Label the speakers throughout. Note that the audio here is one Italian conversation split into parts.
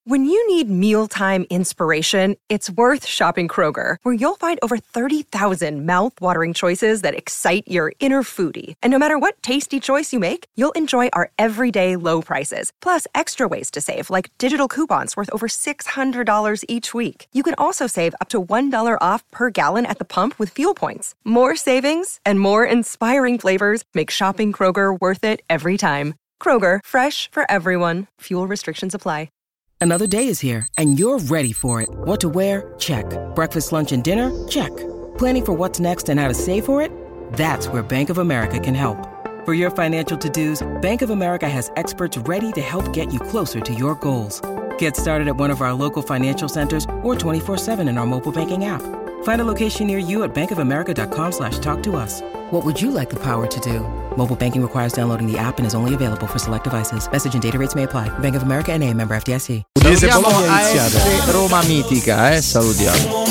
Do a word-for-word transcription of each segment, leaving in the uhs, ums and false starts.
Speaker 1: When you need mealtime inspiration, it's worth shopping Kroger, where you'll find over thirty thousand mouth-watering choices that excite your inner foodie. And no matter what tasty choice you make, you'll enjoy our everyday low prices, plus extra ways to save, like digital coupons worth over six hundred dollars each week. You can also save up to one dollar off per gallon at the pump with fuel points. More savings and more inspiring flavors make shopping Kroger worth it every time. Kroger, fresh for everyone. Fuel restrictions apply.
Speaker 2: Another day is here, and you're ready for it. What to wear? Check. Breakfast, lunch, and dinner? Check. Planning for what's next and how to save for it? That's where Bank of America can help. For your financial to-dos, Bank of America has experts ready to help get you closer to your goals. Get started at one of our local financial centers or twenty-four seven in our mobile banking app. Find a location near you at bankofamerica.com slash talk to us. What would you like the power to do? Mobile banking requires downloading the app and is only available for select devices. Message and data rates may apply. Bank of America N A, member F D I C.
Speaker 3: Salutiamo a S Roma Mitica, eh, salutiamo.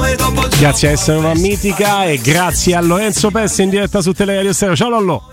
Speaker 4: Grazie a S Roma Mitica e grazie a Lorenzo Pessi in diretta su Teleradio Stereo. Ciao Lollo.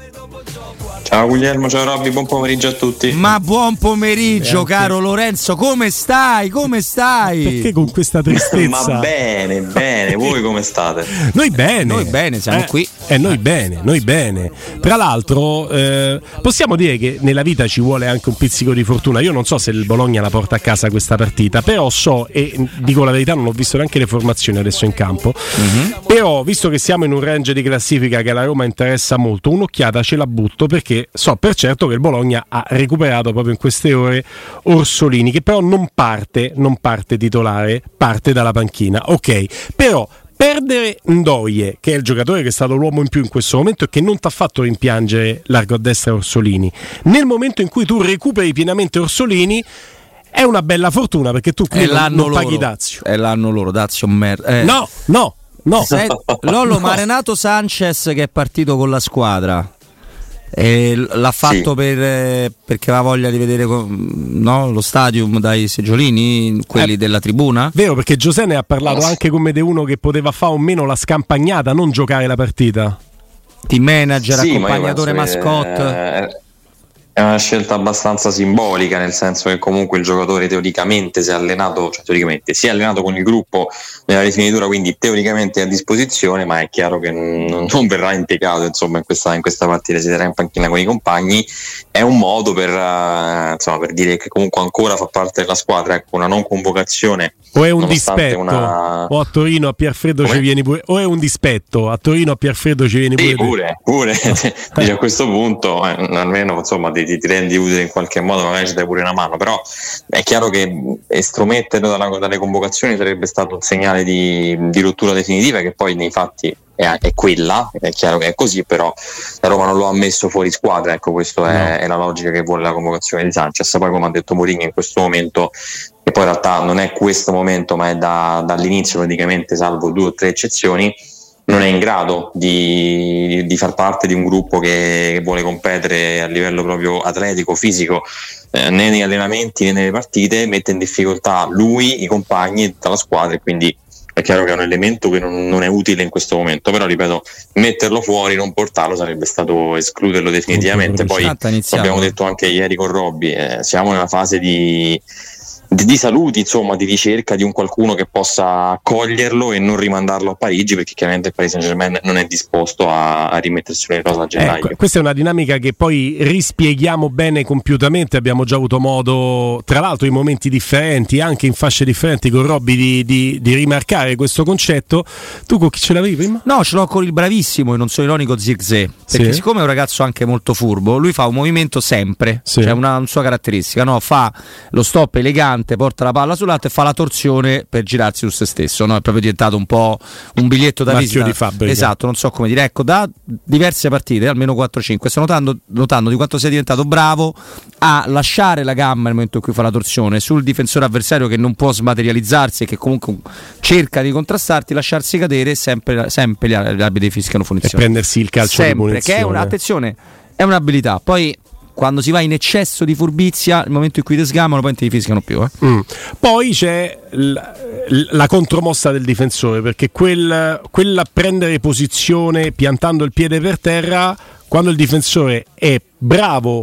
Speaker 5: Ciao Guglielmo, ciao Robby, buon pomeriggio a tutti.
Speaker 3: Ma buon pomeriggio, caro Lorenzo, come stai? Come stai?
Speaker 4: Perché con questa tristezza?
Speaker 5: Ma bene, bene, voi come state?
Speaker 4: Noi bene.
Speaker 3: Noi bene, siamo
Speaker 4: eh,
Speaker 3: qui.
Speaker 4: E eh, noi bene, noi bene. Tra l'altro, eh, possiamo dire che nella vita ci vuole anche un pizzico di fortuna. Io non so se il Bologna la porta a casa questa partita, però so, e dico la verità, non ho visto neanche le formazioni adesso in campo. Mm-hmm. Però, visto che siamo in un range di classifica che la Roma interessa molto, un'occhiata ce la butto perché so per certo che il Bologna ha recuperato proprio in queste ore Orsolini, che però non parte, non parte titolare, parte dalla panchina. Ok, però perdere Ndoye, che è il giocatore che è stato l'uomo in più in questo momento e che non ti ha fatto rimpiangere largo a destra Orsolini, nel momento in cui tu recuperi pienamente Orsolini, è una bella fortuna, perché tu qui non, non paghi Dazio.
Speaker 3: È l'anno loro, Dazio mer- eh.
Speaker 4: No, no, no.
Speaker 3: Se- Lollo, ma Renato Sanchez che è partito con la squadra, e l'ha fatto sì. per, eh, perché aveva voglia di vedere no, lo stadium dai seggiolini, quelli eh, della tribuna.
Speaker 4: Vero, perché Giuseppe ne ha parlato anche come di uno che poteva fare o meno la scampagnata, non giocare la partita.
Speaker 3: Team manager,
Speaker 5: sì,
Speaker 3: accompagnatore, mascotte.
Speaker 5: Eh, è una scelta abbastanza simbolica, nel senso che comunque il giocatore teoricamente si è allenato, cioè teoricamente si è allenato con il gruppo nella rifinitura, quindi teoricamente è a disposizione, ma è chiaro che non, non verrà impiegato insomma in questa, in questa partita, si terrà in panchina con i compagni. È un modo per, uh, insomma, per dire che comunque ancora fa parte della squadra, ecco, una non convocazione.
Speaker 4: O è un dispetto,
Speaker 5: una...
Speaker 4: o a Torino a Pierfredo
Speaker 5: Come?
Speaker 4: ci vieni pure, o è un dispetto, a Torino a Pierfredo ci vieni pure.
Speaker 5: Sì, pure, pure. Dice, a questo punto, eh, almeno insomma ti, ti rendi utile in qualche modo, magari ci dai pure una mano, però è chiaro che estrometterlo dalla, dalle convocazioni sarebbe stato un segnale di, di rottura definitiva, che poi nei fatti è, è quella, è chiaro che è così, però la Roma non lo ha messo fuori squadra, ecco, questa è, no. è la logica che vuole la convocazione di Sanchez. Poi, come ha detto Mourinho, in questo momento, che poi in realtà non è questo momento ma è da, dall'inizio praticamente, salvo due o tre eccezioni, non è in grado di, di far parte di un gruppo che, che vuole competere a livello proprio atletico, fisico, eh, né negli allenamenti né nelle partite, mette in difficoltà lui, i compagni e tutta la squadra, e quindi è chiaro che è un elemento che non, non è utile in questo momento, però ripeto, metterlo fuori, non portarlo, sarebbe stato escluderlo definitivamente. Poi abbiamo detto anche ieri con Robby, eh, siamo nella fase di Di, di saluti, insomma, di ricerca di un qualcuno che possa accoglierlo e non rimandarlo a Parigi, perché chiaramente il Paris Saint-Germain non è disposto a, a rimettersi sulle cose a gennaio.
Speaker 4: Ecco, questa è una dinamica che poi rispieghiamo bene compiutamente. Abbiamo già avuto modo, tra l'altro in momenti differenti, anche in fasce differenti con Robby, di, di, di rimarcare questo concetto. Tu con chi ce l'avevi prima?
Speaker 3: No, ce l'ho con il bravissimo, e non sono ironico, Zirkzee, perché sì. siccome è un ragazzo anche molto furbo, lui fa un movimento sempre, sì. cioè una, una sua caratteristica, no? Fa lo stop elegante, porta la palla sull'alto e fa la torsione per girarsi su se stesso, no? È proprio diventato un po' un biglietto da visita
Speaker 4: di fabbrica.
Speaker 3: Esatto, non so come dire. Ecco, da diverse partite, almeno quattro cinque, sto notando, notando di quanto sia diventato bravo a lasciare la gamma nel momento in cui fa la torsione sul difensore avversario che non può smaterializzarsi e che comunque cerca di contrastarti, lasciarsi cadere, sempre, sempre gli arbitri fischiano punizione.
Speaker 4: E prendersi il calcio
Speaker 3: sempre,
Speaker 4: di punizione.
Speaker 3: Che è una, attenzione, è un'abilità. Poi quando si va in eccesso di furbizia, nel momento in cui ti sgamano, poi non ti fischiano più. Eh.
Speaker 4: Mm. Poi c'è la, la contromossa del difensore, perché quel, quella prendere posizione piantando il piede per terra, quando il difensore è bravo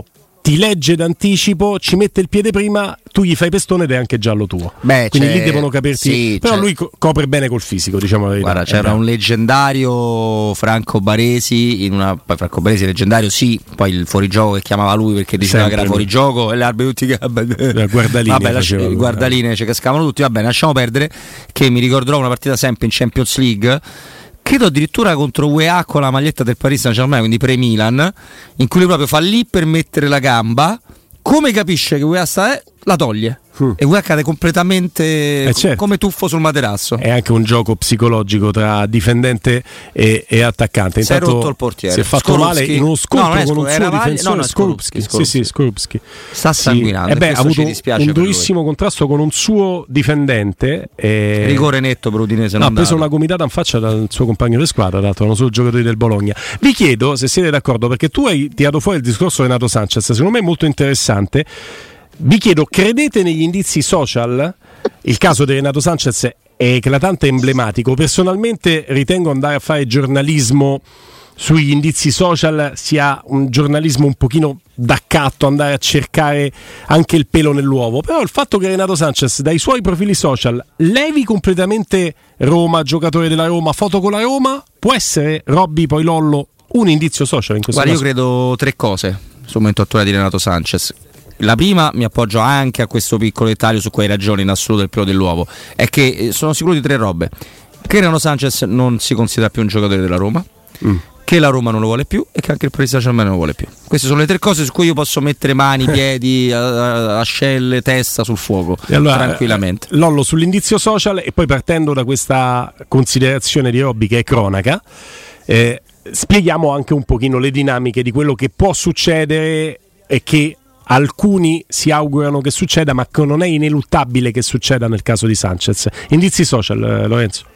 Speaker 4: ti legge d'anticipo, ci mette il piede prima, tu gli fai pestone ed è anche giallo tuo.
Speaker 3: Beh,
Speaker 4: quindi lì devono capirti.
Speaker 3: Sì,
Speaker 4: però
Speaker 3: c'è.
Speaker 4: lui co- copre bene col fisico, diciamo la verità.
Speaker 3: Guarda, c'era
Speaker 4: eh,
Speaker 3: un leggendario Franco Baresi in una poi Franco Baresi leggendario, sì, poi il fuorigioco che chiamava lui perché diceva
Speaker 4: Sempre
Speaker 3: che era
Speaker 4: lui.
Speaker 3: fuorigioco e l'arbitro tutti che
Speaker 4: Le guardaline
Speaker 3: vabbè,
Speaker 4: faceva
Speaker 3: lascia,
Speaker 4: lui.
Speaker 3: guardaline ci cascavano tutti, vabbè, lasciamo perdere che mi ricorderò una partita sempre in Champions League. Credo addirittura contro U E A con la maglietta del Paris Saint-Germain, quindi pre-Milan, in cui lui proprio fa lì per mettere la gamba, come capisce che U E A sta, eh, la toglie. Mm. E U E A cade completamente
Speaker 4: eh certo.
Speaker 3: come tuffo sul materasso.
Speaker 4: È anche un gioco psicologico tra difendente e, e attaccante.
Speaker 3: Si è
Speaker 4: Intanto
Speaker 3: rotto il portiere.
Speaker 4: si è fatto
Speaker 3: Skorupski.
Speaker 4: male in uno scontro
Speaker 3: no,
Speaker 4: con un suo
Speaker 3: Vagli...
Speaker 4: difensore.
Speaker 3: no, no,
Speaker 4: Skorupski.
Speaker 3: Skorupski.
Speaker 4: Sì, sì, Skorupski.
Speaker 3: Sta sanguinando.
Speaker 4: Sì. Eh beh, ha avuto un durissimo
Speaker 3: lui.
Speaker 4: contrasto con un suo difendente. E...
Speaker 3: rigore netto per Udinese.
Speaker 4: No, ha preso una gomitata in faccia dal suo compagno di squadra, dato erano solo giocatori del Bologna. Vi chiedo se siete d'accordo, perché tu hai tirato fuori il discorso di Renato Sanchez, secondo me è molto interessante. Vi chiedo, credete negli indizi social? Il caso di Renato Sanchez è eclatante e emblematico. Personalmente ritengo andare a fare giornalismo sugli indizi social sia un giornalismo un pochino d'accatto, andare a cercare anche il pelo nell'uovo. Però il fatto che Renato Sanchez dai suoi profili social levi completamente Roma, giocatore della Roma, foto con la Roma, può essere, Robby poi Lollo, un indizio social in questo
Speaker 3: Guarda,
Speaker 4: caso?
Speaker 3: io credo tre cose sul momento attuale di Renato Sanchez. La prima, mi appoggio anche a questo piccolo dettaglio su cui hai ragione in assoluto del pelo dell'uovo, è che sono sicuro di tre robe: che Renato Sanchez non si considera più un giocatore della Roma, mm. che la Roma non lo vuole più e che anche il Paris Saint-Germain non lo vuole più. Queste sono le tre cose su cui io posso mettere mani, piedi, ascelle, testa sul fuoco,
Speaker 4: e allora,
Speaker 3: tranquillamente.
Speaker 4: eh, Lollo, sull'indizio social, e poi partendo da questa considerazione di Robby che è cronaca, eh, spieghiamo anche un pochino le dinamiche di quello che può succedere e che alcuni si augurano che succeda, ma che non è ineluttabile che succeda nel caso di Sanchez. Indizi social, eh, Lorenzo?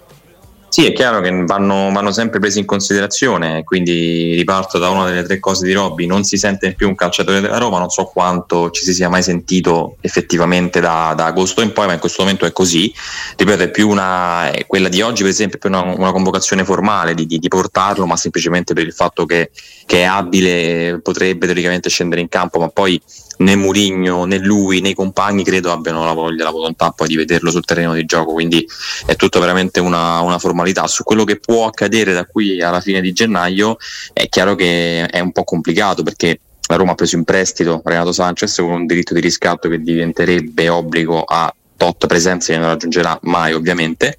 Speaker 5: Sì, è chiaro che vanno, vanno sempre presi in considerazione, quindi riparto da una delle tre cose di Robby: non si sente più un calciatore della Roma, non so quanto ci si sia mai sentito effettivamente da, da agosto in poi, ma in questo momento è così. Ripeto, è più una, è quella di oggi per esempio è più una, una convocazione formale di, di, di portarlo, ma semplicemente per il fatto che, che è abile, potrebbe teoricamente scendere in campo, ma poi né Mourinho né lui né i compagni credo abbiano la voglia, la volontà poi di vederlo sul terreno di gioco, quindi è tutto veramente una, una formalità. Su quello che può accadere da qui alla fine di gennaio è chiaro che è un po' complicato, perché la Roma ha preso in prestito Renato Sanchez con un diritto di riscatto che diventerebbe obbligo a tot presenze che non raggiungerà mai ovviamente,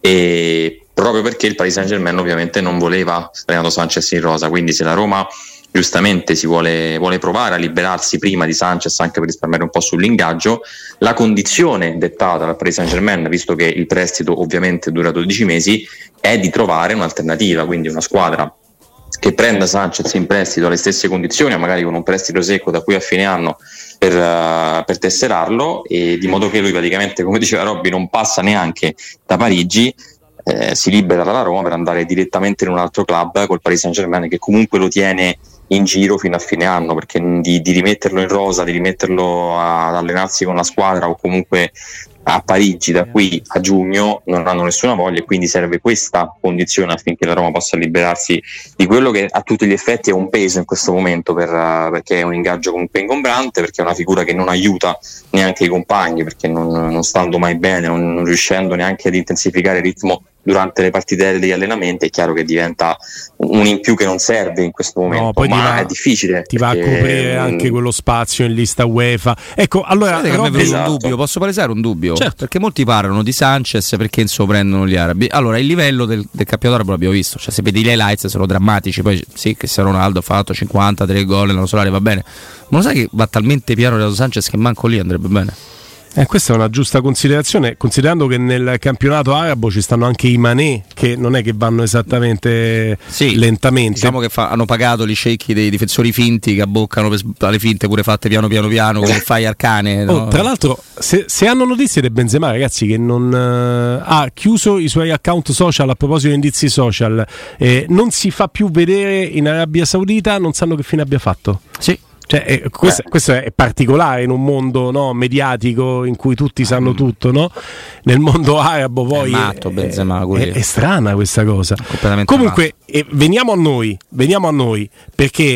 Speaker 5: e proprio perché il Paris Saint-Germain ovviamente non voleva Renato Sanchez in rosa, quindi se la Roma giustamente si vuole, vuole provare a liberarsi prima di Sanchez anche per risparmiare un po' sull'ingaggio, la condizione dettata dal Paris Saint-Germain, visto che il prestito ovviamente dura dodici mesi, è di trovare un'alternativa, quindi una squadra che prenda Sanchez in prestito alle stesse condizioni, magari con un prestito secco da qui a fine anno per, uh, per tesserarlo, e di modo che lui praticamente, come diceva Robby, non passa neanche da Parigi, eh, si libera dalla Roma per andare direttamente in un altro club col Paris Saint-Germain, che comunque lo tiene in giro fino a fine anno, perché di, di rimetterlo in rosa, di rimetterlo ad allenarsi con la squadra o comunque a Parigi da qui a giugno non hanno nessuna voglia, e quindi serve questa condizione affinché la Roma possa liberarsi di quello che a tutti gli effetti è un peso in questo momento, per, perché è un ingaggio comunque ingombrante, perché è una figura che non aiuta neanche i compagni, perché non, non stando mai bene, non, non riuscendo neanche ad intensificare il ritmo durante le partite degli allenamenti, è chiaro che diventa un in più che non serve in questo momento, no, poi ma va, è difficile,
Speaker 4: ti va a coprire anche quello spazio in lista UEFA. Ecco, allora
Speaker 3: Robby, esatto. un dubbio, posso palesare un dubbio,
Speaker 4: certo.
Speaker 3: Perché molti parlano di Sanchez perché insomma prendono gli arabi. Allora, il livello del, del campionato arabo l'abbiamo visto, cioè se vedi gli highlights sono drammatici, poi sì, Cristiano Ronaldo ha fatto cinquantatré gol nella solare, va bene, ma lo sai che va talmente piano Renato Sanchez che manco lì andrebbe bene?
Speaker 4: Eh, questa è una giusta considerazione, considerando che nel campionato arabo ci stanno anche i Mané, che non è che vanno esattamente
Speaker 3: sì,
Speaker 4: lentamente.
Speaker 3: Diciamo che fa, hanno pagato gli sceicchi dei difensori finti che abboccano per le finte pure fatte piano piano piano come fai Arcane.
Speaker 4: Oh,
Speaker 3: no?
Speaker 4: Tra l'altro, se, se hanno notizie di Benzema, ragazzi, che non uh, ha chiuso i suoi account social a proposito di indizi social, eh, non si fa più vedere in Arabia Saudita, non sanno che fine abbia fatto.
Speaker 3: Sì.
Speaker 4: Cioè, eh, questo, questo è particolare in un mondo, no, mediatico in cui tutti sanno tutto, no? Nel mondo arabo poi
Speaker 3: è, matto,
Speaker 4: è,
Speaker 3: Benzema,
Speaker 4: è, è strana questa cosa. Comunque eh, veniamo a noi, veniamo a noi perché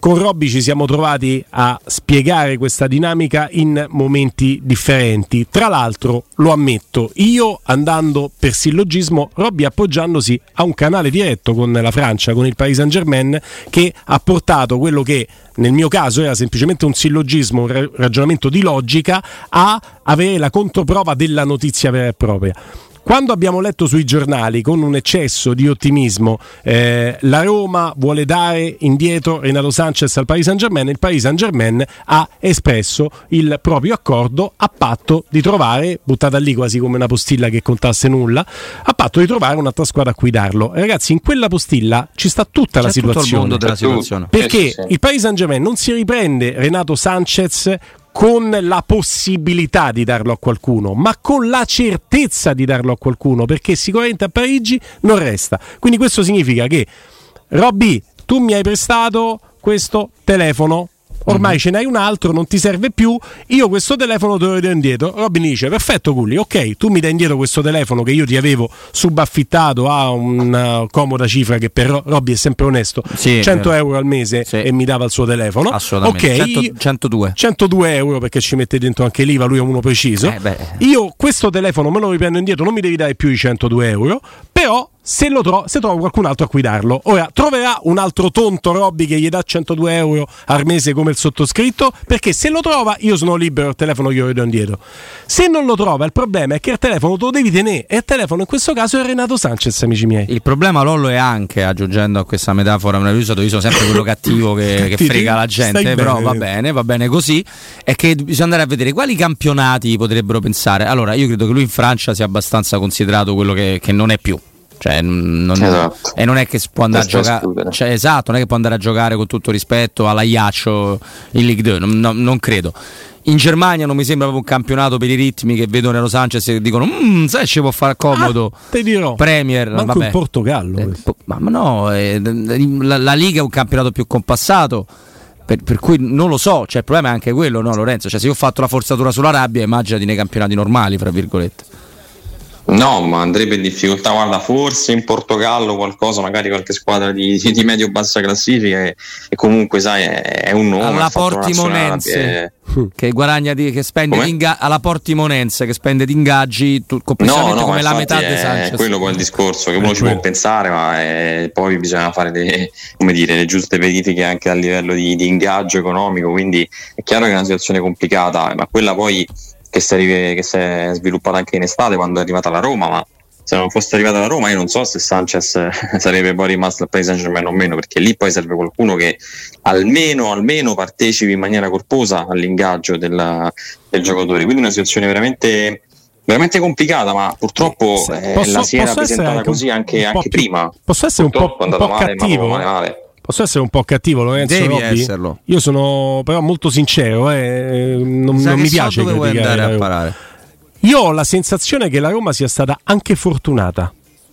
Speaker 4: con Robby ci siamo trovati a spiegare questa dinamica in momenti differenti. Tra l'altro, lo ammetto, io andando per sillogismo, Robby appoggiandosi a un canale diretto con la Francia, con il Paris Saint-Germain, che ha portato quello che nel mio caso era semplicemente un sillogismo, un ragionamento di logica, a avere la controprova della notizia vera e propria. Quando abbiamo letto sui giornali con un eccesso di ottimismo eh, la Roma vuole dare indietro Renato Sanchez al Paris Saint-Germain, il Paris Saint-Germain ha espresso il proprio accordo a patto di trovare, buttata lì quasi come una postilla che contasse nulla, a patto di trovare un'altra squadra a cui darlo. E ragazzi, in quella postilla ci sta tutta
Speaker 3: C'è
Speaker 4: la situazione.
Speaker 3: tutto il mondo della situazione.
Speaker 4: Perché
Speaker 5: eh, sì, sì.
Speaker 4: il Paris Saint-Germain non si riprende Renato Sanchez con la possibilità di darlo a qualcuno, ma con la certezza di darlo a qualcuno, perché sicuramente a Parigi non resta. Quindi questo significa che Robby, tu mi hai prestato questo telefono, ormai mm-hmm. ce n'hai un altro, non ti serve più, io questo telefono te lo do indietro. Robby mi dice: perfetto Gulli, ok, tu mi dai indietro questo telefono che io ti avevo subaffittato a una comoda cifra che per Robby è sempre onesto,
Speaker 3: sì,
Speaker 4: cento euro al mese, sì. E mi dava il suo telefono.
Speaker 3: Assolutamente.
Speaker 4: Ok,
Speaker 3: cento, centodue
Speaker 4: centodue euro perché ci mette dentro anche l'I V A, lui è uno preciso.
Speaker 3: Eh beh.
Speaker 4: Io questo telefono me lo riprendo indietro, non mi devi dare più i centodue euro, però se lo trovo, se trovo qualcun altro a cui darlo. Ora troverà un altro tonto Robby che gli dà centodue euro al mese come il sottoscritto, perché se lo trova io sono libero, il telefono glielo do indietro. Se non lo trova, il problema è che il telefono te lo devi tenere, e il telefono in questo caso è Renato Sanchez, amici miei.
Speaker 3: Il problema, Lollo, è anche, aggiungendo a questa metafora meravigliosa, io sono sempre quello cattivo che, che frega la gente, però bene. va bene, va bene così, è che bisogna andare a vedere quali campionati potrebbero pensare. Allora, io credo che lui in Francia sia abbastanza considerato quello che, che non è più. Cioè, non, esatto. E non è che si può andare Questo a giocare, cioè, esatto, non è che può andare a giocare con tutto rispetto alla Iaccio in Ligue due, non, non, non credo. In Germania non mi sembra proprio un campionato per i ritmi che vedono Renato Sanchez e dicono mmm, sai ci può fare comodo.
Speaker 4: Ah, te dirò.
Speaker 3: Premier,
Speaker 4: manco
Speaker 3: vabbè.
Speaker 4: il Portogallo.
Speaker 3: Eh, ma, ma no, eh, la, la Liga è un campionato più compassato. Per, per cui non lo so, cioè il problema è anche quello, no Lorenzo? Cioè se io ho fatto la forzatura sull'Arabia, immaginati nei campionati normali, fra virgolette.
Speaker 5: No, ma andrebbe in difficoltà, guarda, forse in Portogallo qualcosa, magari qualche squadra di, di medio-bassa classifica e, e comunque sai è, è un nome.
Speaker 3: Alla Portimonense e... che guadagna di, che spende di inga- alla Portimonense che spende di ingaggi tu, complessivamente no, no, come la metà
Speaker 5: è,
Speaker 3: di Sanchez.
Speaker 5: È quello poi il discorso che uno ci può pensare, ma è, poi bisogna fare le, come dire, le giuste verifiche anche a livello di, di ingaggio economico, quindi è chiaro che è una situazione complicata, ma quella poi Che si, è, che si è sviluppata anche in estate quando è arrivata la Roma, ma se non fosse arrivata la Roma io non so se Sanchez sarebbe poi rimasto al Paris Saint-Germain o meno, perché lì poi serve qualcuno che almeno, almeno partecipi in maniera corposa all'ingaggio della, del giocatore, quindi una situazione veramente veramente complicata, ma purtroppo sì, eh, posso, la si era presentata così anche, anche
Speaker 4: più,
Speaker 5: prima.
Speaker 4: Posso essere purtroppo un po', un po' male, cattivo male, male. Posso essere un po' cattivo, Lorenzo?
Speaker 3: Devi
Speaker 4: Robby?
Speaker 3: esserlo.
Speaker 4: Io sono però molto sincero, eh. non, non mi piace
Speaker 3: dove vuoi andare a parare.
Speaker 4: Io ho la sensazione che la Roma sia stata anche fortunata.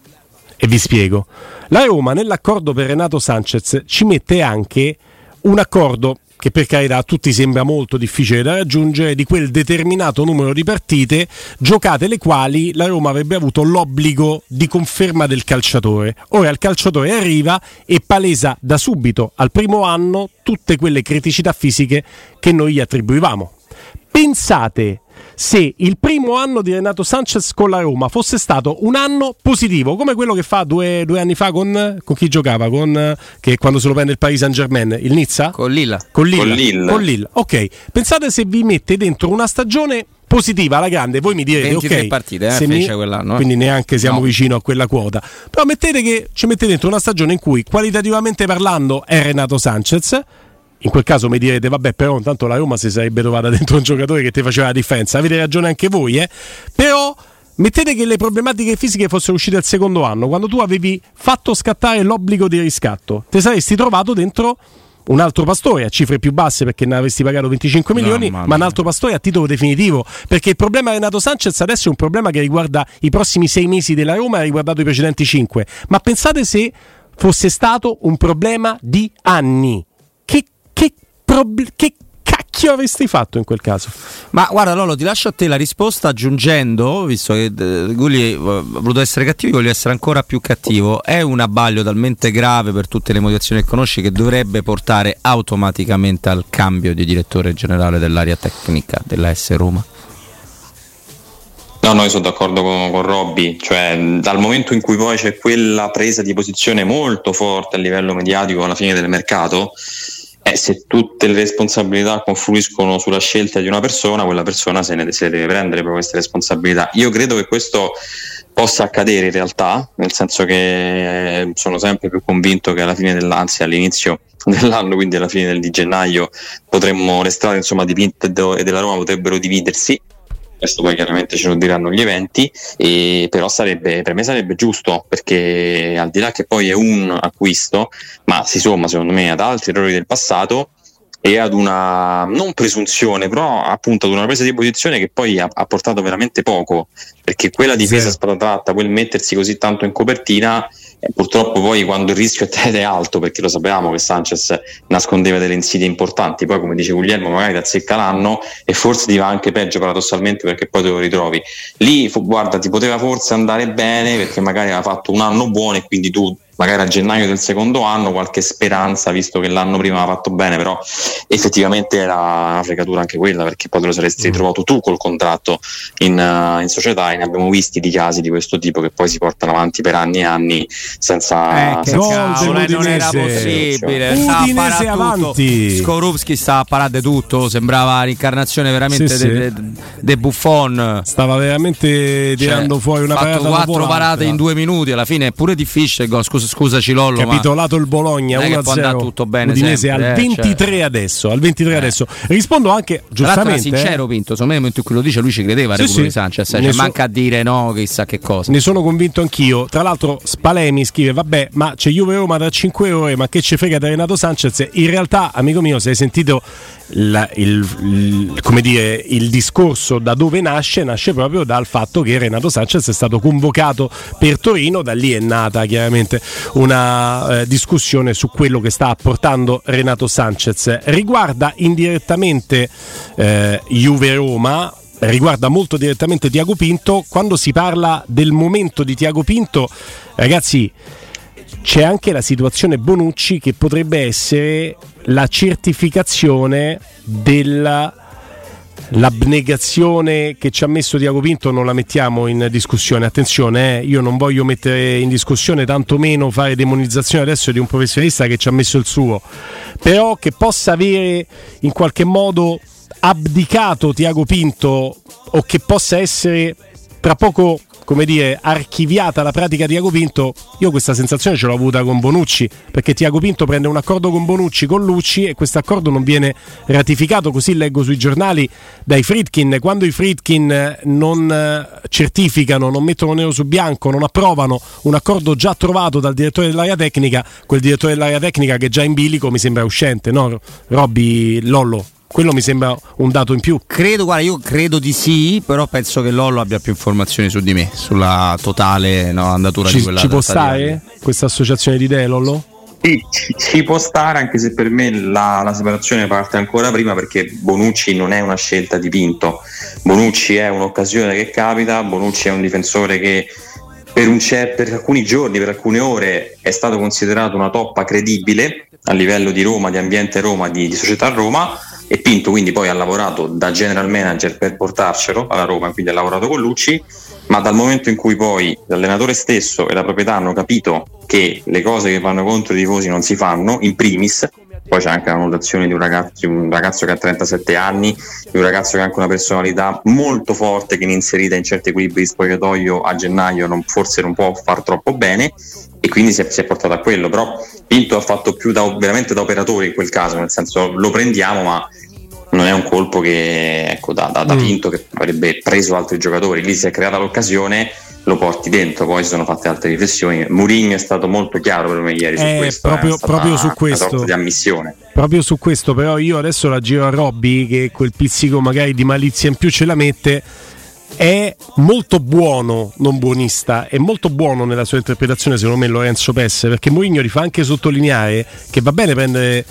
Speaker 4: E vi spiego. La Roma nell'accordo per Renato Sanchez ci mette anche un accordo che per carità a tutti sembra molto difficile da raggiungere, di quel determinato numero di partite giocate le quali la Roma avrebbe avuto l'obbligo di conferma del calciatore. Ora il calciatore arriva e palesa da subito al primo anno tutte quelle criticità fisiche che noi gli attribuivamo. Pensate se il primo anno di Renato Sanchez con la Roma fosse stato un anno positivo, come quello che fa due, due anni fa con, con chi giocava? Con, che quando se lo prende il Paris Saint-Germain, il Nizza?
Speaker 3: Con Lille.
Speaker 4: Con Lille.
Speaker 5: Con Lille.
Speaker 4: Con Lille. Ok, pensate se vi mette dentro una stagione positiva alla grande, voi mi direte
Speaker 3: ventitré
Speaker 4: ok,
Speaker 3: partite, eh,
Speaker 4: se
Speaker 3: fece
Speaker 4: mi,
Speaker 3: quell'anno, eh.
Speaker 4: quindi neanche siamo
Speaker 3: no.
Speaker 4: vicino a quella quota, però mettete che ci mettete dentro una stagione in cui qualitativamente parlando è Renato Sanchez. In quel caso mi direte vabbè, però intanto la Roma si sarebbe trovata dentro un giocatore che ti faceva la difesa, avete ragione anche voi, eh? Però mettete che le problematiche fisiche fossero uscite il secondo anno, quando tu avevi fatto scattare l'obbligo di riscatto, ti saresti trovato dentro un altro Pastore a cifre più basse perché ne avresti pagato venticinque milioni, no, ma un altro Pastore a titolo definitivo, perché il problema di Renato Sanchez adesso è un problema che riguarda i prossimi sei mesi della Roma e ha riguardato i precedenti cinque, ma pensate se fosse stato un problema di anni, che Che, prob- che cacchio avresti fatto in quel caso?
Speaker 3: Ma guarda Lolo, ti lascio a te la risposta aggiungendo, visto che eh, Gulli ha voluto essere cattivo, voglio essere ancora più cattivo. È un abbaglio talmente grave per tutte le motivazioni che conosci che dovrebbe portare automaticamente al cambio di direttore generale dell'area tecnica della S Roma?
Speaker 5: No, no, io sono d'accordo con, con Robby, cioè dal momento in cui poi c'è quella presa di posizione molto forte a livello mediatico alla fine del mercato, eh, se tutte le responsabilità confluiscono sulla scelta di una persona, quella persona se ne se deve prendere proprio queste responsabilità. Io credo che questo possa accadere in realtà, nel senso che eh, sono sempre più convinto che alla fine dell'ansia, all'inizio dell'anno, quindi alla fine del, di gennaio, potremmo, le strade insomma di Pinto e della Roma potrebbero dividersi. Questo poi chiaramente ce lo diranno gli eventi, e però sarebbe, per me sarebbe giusto, perché al di là che poi è un acquisto, ma si somma secondo me ad altri errori del passato e ad una non presunzione, però appunto ad una presa di posizione che poi ha, ha portato veramente poco, perché quella difesa sì. sparatratta, quel mettersi così tanto in copertina, eh, purtroppo poi quando il rischio è alto, perché lo sapevamo che Sanchez nascondeva delle insidie importanti, poi come dice Guglielmo magari ti azzecca l'anno e forse ti va anche peggio paradossalmente, perché poi te lo ritrovi lì. Guarda, ti poteva forse andare bene perché magari aveva fatto un anno buono e quindi tu magari a gennaio del secondo anno qualche speranza, visto che l'anno prima aveva fatto bene, però effettivamente era una fregatura anche quella, perché poi te lo saresti ritrovato tu col contratto in, uh, in società, e ne abbiamo visti di casi di questo tipo che poi si portano avanti per anni e anni senza,
Speaker 3: eh,
Speaker 5: senza
Speaker 3: cavolo, non era possibile,
Speaker 4: Udinese avanti,
Speaker 3: Skorupski stava a parare tutto, sembrava l'incarnazione veramente
Speaker 4: sì,
Speaker 3: de,
Speaker 4: sì.
Speaker 3: de, de Buffon,
Speaker 4: stava veramente tirando cioè, fuori una parata,
Speaker 3: quattro parate in due minuti, alla fine è pure difficile il gol. Scusa, scusaci Lollo,
Speaker 4: capitolato il Bologna uno a zero,
Speaker 3: tutto bene
Speaker 4: Udinese
Speaker 3: sempre,
Speaker 4: al
Speaker 3: eh,
Speaker 4: ventitré
Speaker 3: cioè.
Speaker 4: adesso al ventitré eh. adesso rispondo anche giustamente,
Speaker 3: sincero,
Speaker 4: eh.
Speaker 3: Pinto, secondo me nel momento in cui lo dice lui ci credeva,
Speaker 4: sì,
Speaker 3: recupero
Speaker 4: sì.
Speaker 3: di Sanchez, cioè,
Speaker 4: so-
Speaker 3: manca a dire no chissà che cosa,
Speaker 4: ne sono convinto anch'io. Tra l'altro Spalemi scrive vabbè, ma c'è Juve Roma da cinque ore, ma che ci frega da Renato Sanchez. In realtà, amico mio, se hai sentito il, il, il, come dire, il discorso da dove nasce, nasce proprio dal fatto che Renato Sanchez è stato convocato per Torino, da lì è nata chiaramente una eh, discussione su quello che sta apportando Renato Sanchez. Riguarda indirettamente eh, Juve Roma, riguarda molto direttamente Tiago Pinto. Quando si parla del momento di Tiago Pinto, ragazzi, c'è anche la situazione Bonucci, che potrebbe essere la certificazione della l'abnegazione che ci ha messo Tiago Pinto. Non la mettiamo in discussione, attenzione, eh, io non voglio mettere in discussione, tantomeno fare demonizzazione adesso di un professionista che ci ha messo il suo, però che possa avere in qualche modo abdicato Tiago Pinto, o che possa essere tra poco, come dire, archiviata la pratica di Tiago Pinto, io questa sensazione ce l'ho avuta con Bonucci, perché Tiago Pinto prende un accordo con Bonucci, con Lucci, e questo accordo non viene ratificato, così leggo sui giornali, dai Friedkin. Quando i Friedkin non certificano, non mettono nero su bianco, non approvano un accordo già trovato dal direttore dell'area tecnica, quel direttore dell'area tecnica che è già in bilico mi sembra uscente, no? Robby, Lollo? Quello mi sembra un dato in più.
Speaker 3: Credo, guarda, io credo di sì, però penso che Lollo abbia più informazioni su di me, sulla totale no, andatura
Speaker 4: ci,
Speaker 3: di quella.
Speaker 4: Ci può stare questa associazione di idee, Lollo?
Speaker 5: Sì, ci, ci può stare, anche se per me la, la separazione parte ancora prima, perché Bonucci non è una scelta di Pinto. Bonucci è un'occasione che capita, Bonucci è un difensore che per, un cer- per alcuni giorni, per alcune ore è stato considerato una toppa credibile a livello di Roma, di ambiente Roma, di, di società Roma, e Pinto quindi poi ha lavorato da general manager per portarcelo alla Roma, quindi ha lavorato con Lucci, ma dal momento in cui poi l'allenatore stesso e la proprietà hanno capito che le cose che vanno contro i tifosi non si fanno, in primis, poi c'è anche la valutazione di un ragazzo, un ragazzo che ha trentasette anni, di un ragazzo che ha anche una personalità molto forte, che inserita in certi equilibri di spogliatoio a gennaio non, forse non può far troppo bene, e quindi si è, si è portato a quello. Però Pinto ha fatto più da, veramente da operatore in quel caso, nel senso lo prendiamo, ma non è un colpo che ecco da, da, da Pinto che avrebbe preso altri giocatori. Lì si è creata l'occasione, lo porti dentro, poi si sono fatte altre riflessioni. Mourinho è stato molto chiaro per me ieri su
Speaker 4: eh,
Speaker 5: questo,
Speaker 4: proprio,
Speaker 5: è
Speaker 4: proprio su questo,
Speaker 5: una sorta di ammissione.
Speaker 4: Proprio su questo, però io adesso la giro a Robby, che quel pizzico magari di malizia in più ce la mette. È molto buono, non buonista, è molto buono nella sua interpretazione secondo me Lorenzo Pesse, perché Mourinho gli fa anche sottolineare che va bene prendere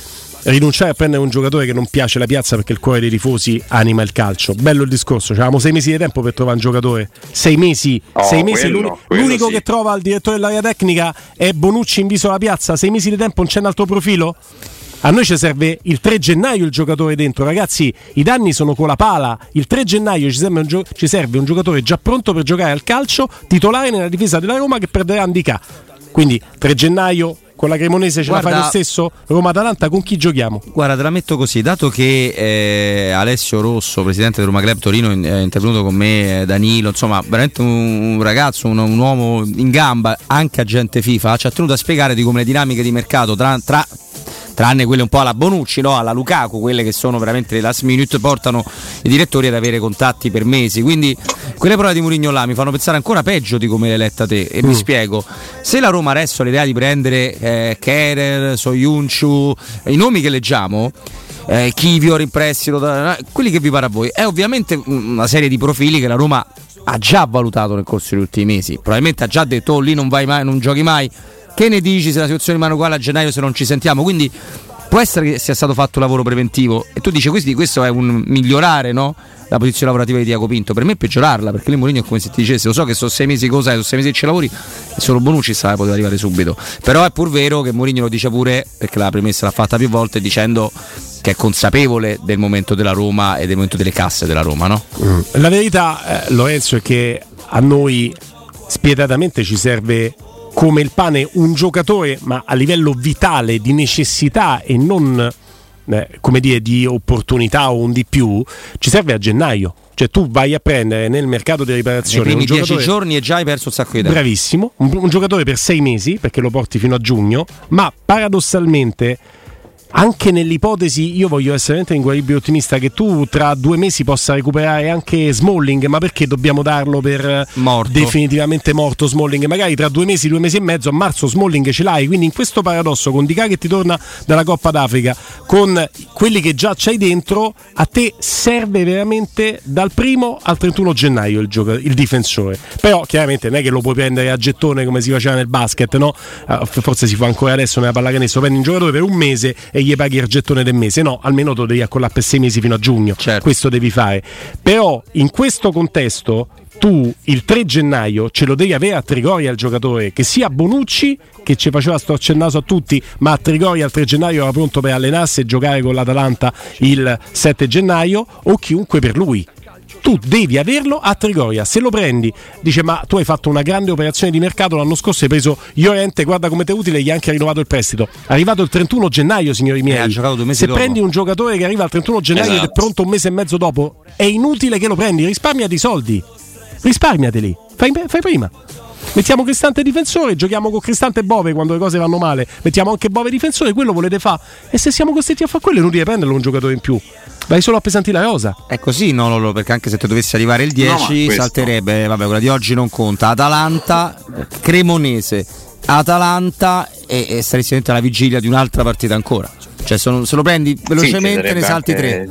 Speaker 4: rinunciare a prendere un giocatore che non piace la piazza perché il cuore dei tifosi anima il calcio. Bello il discorso, avevamo sei mesi di tempo per trovare un giocatore, sei mesi,
Speaker 5: oh,
Speaker 4: sei mesi
Speaker 5: quello,
Speaker 4: l'unico,
Speaker 5: quello
Speaker 4: l'unico
Speaker 5: sì.
Speaker 4: che trova il direttore dell'area tecnica è Bonucci in viso alla piazza, sei mesi di tempo, non c'è un altro profilo? A noi ci serve il tre gennaio il giocatore dentro, ragazzi, i danni sono con la pala, il tre gennaio ci serve un, gio- ci serve un giocatore già pronto per giocare al calcio, titolare nella difesa della Roma che perderà Andicà. Quindi tre gennaio con la Cremonese ce Guarda, la fai lo stesso? Roma-Atalanta con chi giochiamo?
Speaker 3: Guarda, te la metto così, dato che eh, Alessio Rosso, presidente del Roma Club Torino, è intervenuto con me, eh, Danilo, insomma veramente un, un ragazzo, un, un uomo in gamba, anche agente FIFA, ci ha tenuto a spiegare di come le dinamiche di mercato tra, tra tranne quelle un po' alla Bonucci, no? Alla Lukaku, quelle che sono veramente le last minute, portano i direttori ad avere contatti per mesi. Quindi quelle parole di Mourinho là mi fanno pensare ancora peggio di come l'hai letta te. E mm. mi spiego: se la Roma adesso ha l'idea di prendere eh, Kehrer, Soyuncu, i nomi che leggiamo, eh, Kivior in prestito, da, quelli che vi pare a voi, è ovviamente una serie di profili che la Roma ha già valutato nel corso degli ultimi mesi. Probabilmente ha già detto: oh, lì non vai mai, non giochi mai. Che ne dici se la situazione rimane uguale a gennaio, se non ci sentiamo? Quindi può essere che sia stato fatto un lavoro preventivo, e tu dici questo, questo è un migliorare, no? La posizione lavorativa di Tiago Pinto. Per me è peggiorarla, perché lì Mourinho è come se ti dicesse: lo so che sono sei mesi, cos'è? Sono sei mesi che ci lavori, e solo Bonucci sa, poteva arrivare subito. Però è pur vero che Mourinho lo dice pure, perché la premessa l'ha fatta più volte, dicendo che è consapevole del momento della Roma e del momento delle casse della Roma, no?
Speaker 4: Mm. La verità, eh, Lorenzo, è che a noi spietatamente ci serve come il pane un giocatore, ma a livello vitale, di necessità e non eh, come dire di opportunità o un di più, ci serve a gennaio. Cioè tu vai a prendere nel mercato di riparazione
Speaker 3: nei primi
Speaker 4: un giocatore,
Speaker 3: dieci giorni e già hai perso un sacco di tempo.
Speaker 4: Bravissimo, un, un giocatore per sei mesi, perché lo porti fino a giugno, ma paradossalmente anche nell'ipotesi, io voglio essere veramente inguaribile ottimista, che tu tra due mesi possa recuperare anche Smalling, ma perché dobbiamo darlo per
Speaker 3: morto,
Speaker 4: definitivamente morto Smalling? Magari tra due mesi, due mesi e mezzo, a marzo Smalling ce l'hai. Quindi in questo paradosso, con Di Ca che ti torna dalla Coppa d'Africa, con quelli che già c'hai dentro, a te serve veramente dal primo al trentuno gennaio il, gioco, il difensore. Però chiaramente non è che lo puoi prendere a gettone come si faceva nel basket, no? Uh, forse si fa ancora adesso nella pallacanestro, prendi un giocatore per un mese e gli paghi il gettone del mese. No, almeno te lo devi accollare per sei mesi fino a giugno.
Speaker 3: Certo.
Speaker 4: Questo devi fare. Però in questo contesto tu il tre gennaio ce lo devi avere a Trigoria il giocatore, che sia Bonucci, che ci faceva storcere il naso a tutti, ma a Trigoria il tre gennaio era pronto per allenarsi e giocare con l'Atalanta il sette gennaio, o chiunque per lui. Tu devi averlo a Trigoria. Se lo prendi, dice: ma tu hai fatto una grande operazione di mercato l'anno scorso, hai preso Llorente, guarda come ti è utile, gli hai anche rinnovato il prestito. Arrivato il trentuno gennaio, signori miei,
Speaker 3: ha giocato due mesi
Speaker 4: se
Speaker 3: dopo.
Speaker 4: Prendi un giocatore che arriva al trentuno gennaio esatto. ed è pronto un mese e mezzo dopo, è inutile che lo prendi, risparmiati i soldi, risparmiateli, fai, fai prima. Mettiamo Cristante difensore, giochiamo con Cristante e Bove quando le cose vanno male, mettiamo anche Bove difensore, quello volete fare, e se siamo costretti a fare quello è inutile prenderlo un giocatore in più, vai solo a appesantire la rosa.
Speaker 3: È così, no, Lolo, perché anche se te dovesse arrivare il dieci, no, salterebbe, vabbè, quella di oggi non conta, Atalanta, Cremonese, Atalanta, e, e saresti dentro alla vigilia di un'altra partita ancora. Cioè se, se lo prendi velocemente sì, ne salti tre.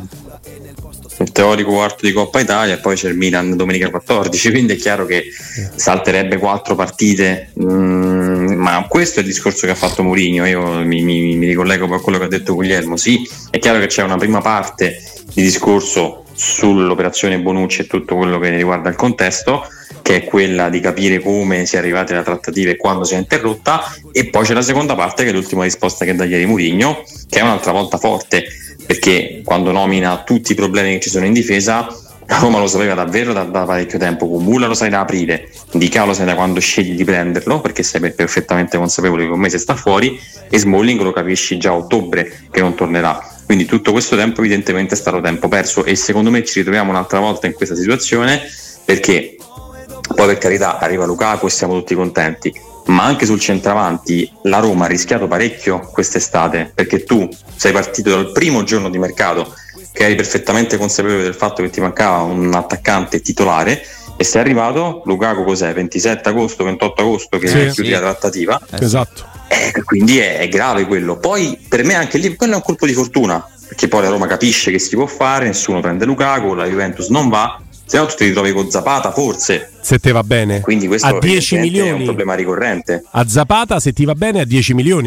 Speaker 5: Il teorico quarto di Coppa Italia e poi c'è il Milan domenica quattordici, quindi è chiaro che salterebbe quattro partite, mm, ma questo è il discorso che ha fatto Mourinho. Io mi, mi, mi ricollego a quello che ha detto Guglielmo. Sì, è chiaro che c'è una prima parte di discorso sull'operazione Bonucci e tutto quello che riguarda il contesto, che è quella di capire come si è arrivati alla trattativa e quando si è interrotta, e poi c'è la seconda parte che è l'ultima risposta che dà ieri Mourinho, che è un'altra volta forte, perché quando nomina tutti i problemi che ci sono in difesa, Roma lo sapeva davvero da, da parecchio tempo. Kumbulla lo sai da aprile, Di Ca lo sai da quando scegli di prenderlo, perché sei perfettamente consapevole che un mese sta fuori, e Smalling lo capisci già a ottobre che non tornerà. Quindi tutto questo tempo evidentemente è stato tempo perso, e secondo me ci ritroviamo un'altra volta in questa situazione, perché poi per carità arriva Lukaku e siamo tutti contenti, ma anche sul centravanti la Roma ha rischiato parecchio quest'estate, perché tu sei partito dal primo giorno di mercato che eri perfettamente consapevole del fatto che ti mancava un attaccante titolare, e sei arrivato, Lukaku cos'è, ventisette agosto, ventotto agosto che sì, chiudi sì. la trattativa,
Speaker 4: esatto.
Speaker 5: Eh, quindi è, è grave quello. Poi per me anche lì quello è un colpo di fortuna, perché poi la Roma capisce che si può fare, nessuno prende Lukaku, la Juventus non va, se no tu ti ritrovi con Zapata forse,
Speaker 4: se te va bene,
Speaker 5: quindi questo
Speaker 4: a dieci milioni
Speaker 5: è un problema ricorrente.
Speaker 4: A Zapata se ti va bene a dieci milioni,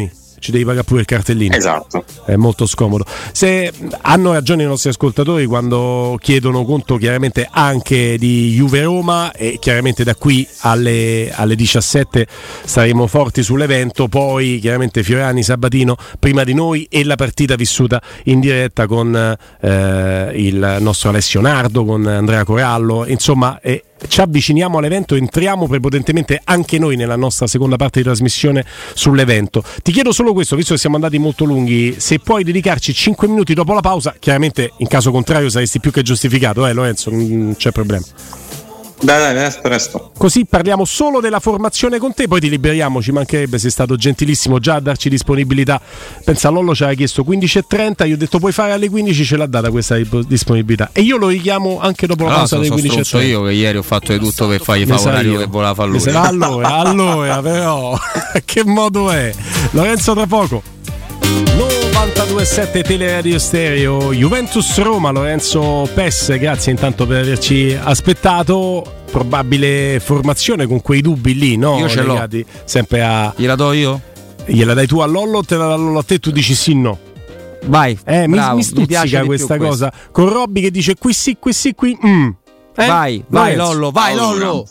Speaker 4: ci devi pagare pure il cartellino.
Speaker 5: Esatto.
Speaker 4: È molto scomodo. Se hanno ragione i nostri ascoltatori quando chiedono conto chiaramente anche di Juve Roma, e chiaramente da qui alle, alle diciassette saremo forti sull'evento, poi chiaramente Fiorani, Sabatino prima di noi e la partita vissuta in diretta con eh, il nostro Alessio Nardo, con Andrea Corallo, insomma eh, ci avviciniamo all'evento, entriamo prepotentemente anche noi nella nostra seconda parte di trasmissione sull'evento. Ti chiedo solo questo, visto che siamo andati molto lunghi, se puoi dedicarci cinque minuti dopo la pausa, chiaramente in caso contrario saresti più che giustificato, eh Lorenzo, non c'è problema.
Speaker 5: Dai, dai, resto, resto.
Speaker 4: Così parliamo solo della formazione con te, poi ti liberiamo, ci mancherebbe, sei stato gentilissimo già a darci disponibilità. Pensa, Lollo ci aveva chiesto quindici e trenta, io ho detto puoi fare alle quindici, ce l'ha data questa disponibilità e io lo richiamo anche dopo la
Speaker 3: no,
Speaker 4: pausa delle quindici e trenta.
Speaker 3: Io che ieri ho fatto di tutto per fargli fare orario che voleva fare lui.
Speaker 4: Allora, allora però che modo è? Lorenzo tra poco. novantadue virgola sette Teleradio Stereo, Juventus Roma, Lorenzo Pes, grazie intanto per averci aspettato. Probabile formazione con quei dubbi lì, no?
Speaker 3: Io ce l'ho.
Speaker 4: Sempre a...
Speaker 3: Gliela do io?
Speaker 4: Gliela dai tu a Lollo o te la dà Lollo a te, tu dici sì no?
Speaker 3: Vai,
Speaker 4: eh,
Speaker 3: bravo,
Speaker 4: mi, mi stuzzica
Speaker 3: mi
Speaker 4: questa cosa questo. Con Robby che dice qui sì, qui sì, qui mm. eh?
Speaker 3: Vai, vai Lollo, vai
Speaker 5: allora.
Speaker 3: Lollo.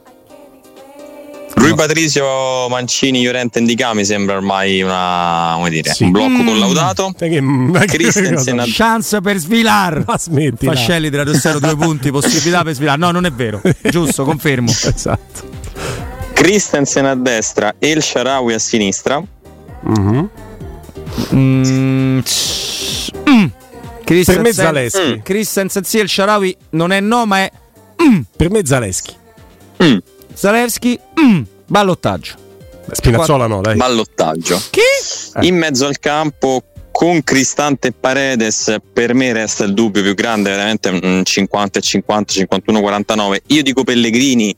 Speaker 5: Rui Patricio, Mancini, Llorente, Ndicà mi sembra ormai una, come dire, sì. un blocco
Speaker 3: mm.
Speaker 5: collaudato. Christensen,
Speaker 3: chance per svilar. Fascelli della Rossero due punti, possibilità per svilar. No, non è vero. Giusto, confermo.
Speaker 4: Esatto.
Speaker 5: Christensen a destra e El Shaarawy a sinistra.
Speaker 4: Mm-hmm.
Speaker 3: Mm. Mm.
Speaker 4: Per me Zaleschi.
Speaker 3: Mm. Christensen sì, El Shaarawy non è no, ma è
Speaker 4: mm. per me Zaleschi.
Speaker 5: Mm.
Speaker 3: Zalewski, mm, ballottaggio.
Speaker 4: Spinazzola no, dai.
Speaker 5: Ballottaggio.
Speaker 3: Chi?
Speaker 5: Eh. In mezzo al campo con Cristante e Paredes, per me resta il dubbio più grande, veramente cinquanta e cinquanta, cinquantuno quarantanove. Io dico Pellegrini,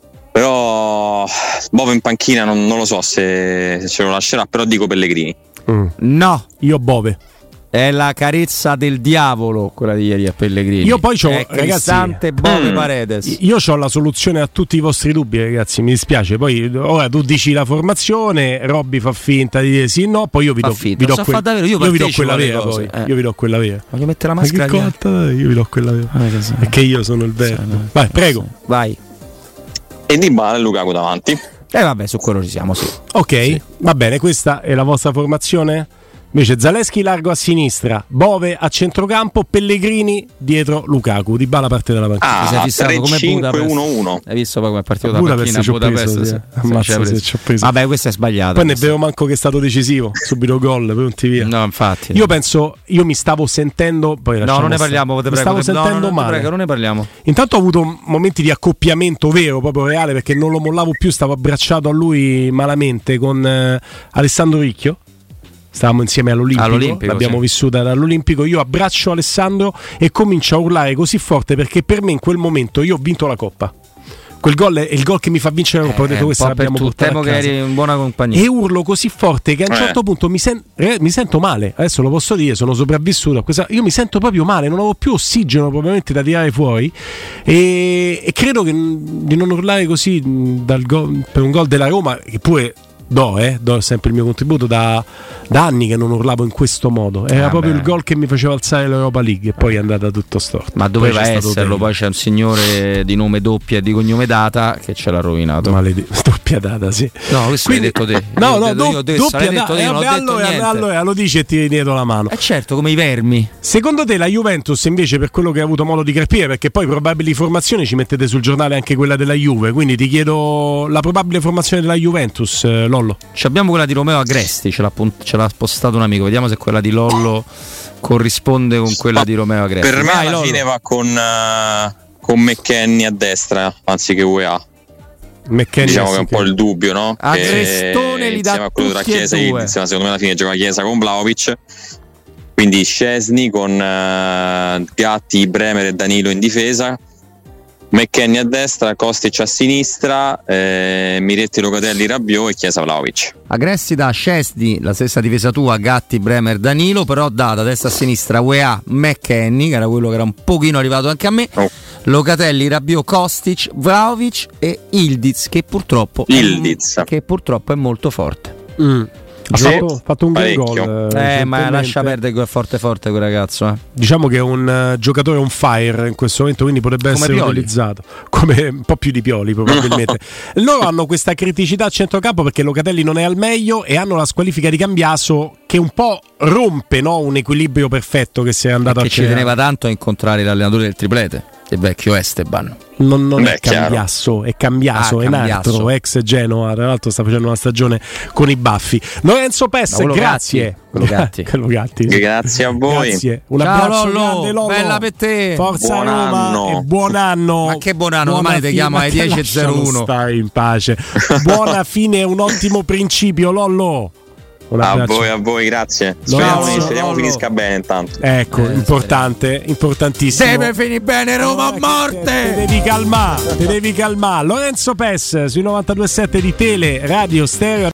Speaker 5: però Bove in panchina non, non lo so se, se ce lo lascerà, però dico Pellegrini.
Speaker 3: Mm. No,
Speaker 4: io Bove.
Speaker 3: È la carezza del diavolo quella di ieri a Pellegrini.
Speaker 4: Io poi c'ho,
Speaker 3: è Cristante, Bove, mm. Paredes.
Speaker 4: Io ho la soluzione a tutti i vostri dubbi, ragazzi. Mi dispiace. Poi ora tu dici la formazione, Robby fa finta di dire sì, no. Poi io vi do, vi do, quel, davvero, io io vi do quella vera. Poi eh. io vi do quella vera.
Speaker 3: Voglio mettere la maschera.
Speaker 4: Ma che cotta, io vi do quella vera. Ah, che perché io sono il vero. Vai, prego.
Speaker 3: Vai.
Speaker 5: E Dybala e Lukaku davanti.
Speaker 3: E eh, vabbè, su quello ci siamo, sì.
Speaker 4: Ok,
Speaker 3: sì.
Speaker 4: Va bene. Questa è la vostra formazione? Invece Zalewski largo a sinistra, Bove a centrocampo, Pellegrini dietro Lukaku. Dybala parte dalla panchina.
Speaker 5: Ah,
Speaker 3: sei fissato come Budapest.
Speaker 5: uno uno.
Speaker 3: Hai visto poi come è partito da
Speaker 4: Budapest
Speaker 3: panchina Budapest?
Speaker 4: Preso, sì. Ammazza, se ci ho preso.
Speaker 3: Vabbè, questo è sbagliato.
Speaker 4: Poi ne vedo manco che è stato decisivo, subito gol, pronti via.
Speaker 3: No, infatti.
Speaker 4: Io penso, io mi stavo sentendo, poi
Speaker 3: no, non ne parliamo, te
Speaker 4: mi
Speaker 3: prego.
Speaker 4: stavo sentendo
Speaker 3: no, no,
Speaker 4: male.
Speaker 3: Prego, non ne parliamo.
Speaker 4: Intanto ho avuto momenti di accoppiamento vero, proprio reale, perché non lo mollavo più, stavo abbracciato a lui malamente con eh, Alessandro Ricchio. Stavamo insieme all'Olimpico,
Speaker 3: all'Olimpico
Speaker 4: l'abbiamo
Speaker 3: sì.
Speaker 4: vissuta dall'Olimpico. Io abbraccio Alessandro e comincio a urlare così forte perché per me in quel momento io ho vinto la Coppa. Quel gol è il gol che mi fa vincere la Coppa. Ho detto
Speaker 3: eh,
Speaker 4: questa l'abbiamo portata a casa.
Speaker 3: Che eri in buona compagnia.
Speaker 4: E urlo così forte che a un
Speaker 5: eh.
Speaker 4: certo punto mi, sen- eh, mi sento male. Adesso lo posso dire, sono sopravvissuto a questa. Io mi sento proprio male, non avevo più ossigeno probabilmente da tirare fuori. E, e credo che di non urlare così dal gol, per un gol della Roma, che pure. Do, eh, do sempre il mio contributo da, da anni che non urlavo in questo modo. Era ah proprio beh. il gol che mi faceva alzare l'Europa League e poi è andata tutto storto.
Speaker 3: Ma doveva esserlo, poi c'è un signore di nome Doppia e di cognome Data che ce l'ha rovinato.
Speaker 4: Maledetto, Doppia Data, sì.
Speaker 3: No, questo
Speaker 4: Quindi,
Speaker 3: l'hai detto te.
Speaker 4: No, no, do,
Speaker 3: io detto,
Speaker 4: doppia Data. Eh, allora, allora lo dici e ti dietro la mano.
Speaker 3: Eh certo, come i vermi.
Speaker 4: Secondo te la Juventus invece, per quello che hai avuto modo di capire, perché poi probabili formazioni ci mettete sul giornale anche quella della Juve, quindi ti chiedo la probabile formazione della Juventus, eh, Lollo.
Speaker 3: Ci abbiamo quella di Romeo Agresti, ce l'ha, ce l'ha postato un amico, vediamo se quella di Lollo corrisponde con quella Ma di Romeo Agresti.
Speaker 5: Per me
Speaker 3: Vai,
Speaker 5: alla
Speaker 3: Lollo.
Speaker 5: fine va con, uh, con McKennie a destra anziché U E A.
Speaker 4: McKennie
Speaker 5: diciamo che è un po' il dubbio, no?
Speaker 3: Agrestone li dà
Speaker 5: a quello tra Chiesa e Ildiz, secondo me alla fine gioca Chiesa con Vlahovic. Quindi Szczesny con uh, Gatti, Bremer e Danilo in difesa. McKennie a destra, Kostic a sinistra, eh, Miretti, Locatelli, Rabiot e Chiesa, Vlahovic.
Speaker 3: Agresti da Szczesny, la stessa difesa tua, Gatti, Bremer, Danilo, però da, da destra a sinistra U E A, McKennie, che era quello che era un pochino arrivato anche a me, oh. Locatelli, Rabiot, Kostic, Vlahovic e Ildiz, che purtroppo,
Speaker 5: Ildiz.
Speaker 3: È, che purtroppo è molto forte.
Speaker 4: Mm. Ha
Speaker 5: Sì,
Speaker 4: fatto, fatto un gran
Speaker 5: parecchio.
Speaker 4: gol.
Speaker 3: Eh, ma
Speaker 4: recentemente.
Speaker 3: lascia perdere quel forte forte quel ragazzo. Eh.
Speaker 4: Diciamo che è un uh, giocatore on fire in questo momento, quindi potrebbe
Speaker 3: Come
Speaker 4: essere
Speaker 3: Pioli.
Speaker 4: utilizzato come un po' più di Pioli probabilmente. Loro hanno questa criticità a centrocampo perché Locatelli non è al meglio e hanno la squalifica di Cambiaso che un po' rompe, no, un equilibrio perfetto che si è andato
Speaker 3: Che
Speaker 4: a
Speaker 3: ci
Speaker 4: creare.
Speaker 3: teneva tanto a incontrare l'allenatore del triplete, il vecchio Esteban.
Speaker 4: Non, non
Speaker 5: Beh,
Speaker 4: è Cambiasso, è Cambiaso,
Speaker 3: Ah,
Speaker 4: è un
Speaker 3: Cambiasso.
Speaker 4: altro ex Genoa. Tra l'altro sta facendo una stagione con i baffi. Lorenzo Pes,
Speaker 3: Ma quello
Speaker 4: grazie.
Speaker 3: Gatti, quello Gatti.
Speaker 4: Quello Gatti.
Speaker 5: Grazie a voi.
Speaker 4: Grazie. Un
Speaker 3: Ciao,
Speaker 4: abbraccio
Speaker 3: Lollo,
Speaker 4: grande, Lollo.
Speaker 3: bella per te.
Speaker 4: Forza
Speaker 5: Buon
Speaker 4: Roma
Speaker 5: anno.
Speaker 4: e buon anno.
Speaker 3: Ma che buon anno,
Speaker 4: Buona
Speaker 3: domani ti
Speaker 4: fine-
Speaker 3: chiamo alle
Speaker 4: ma che
Speaker 3: dieci e zero uno.
Speaker 4: lascialo Stai in pace. Buona fine, un ottimo principio, Lollo. Un
Speaker 5: A
Speaker 4: abbraccio.
Speaker 5: voi, a voi, grazie.
Speaker 4: Lorenzo,
Speaker 5: Speriamo, speriamo
Speaker 3: Lollo.
Speaker 5: finisca bene intanto.
Speaker 4: Ecco,
Speaker 3: Eh,
Speaker 4: importante, importantissimo.
Speaker 3: Deve finire bene Roma a
Speaker 4: Te
Speaker 3: morte.
Speaker 4: devi calmare, te devi calmare. Lorenzo Pes sui novantadue virgola sette di Tele Radio Stereo.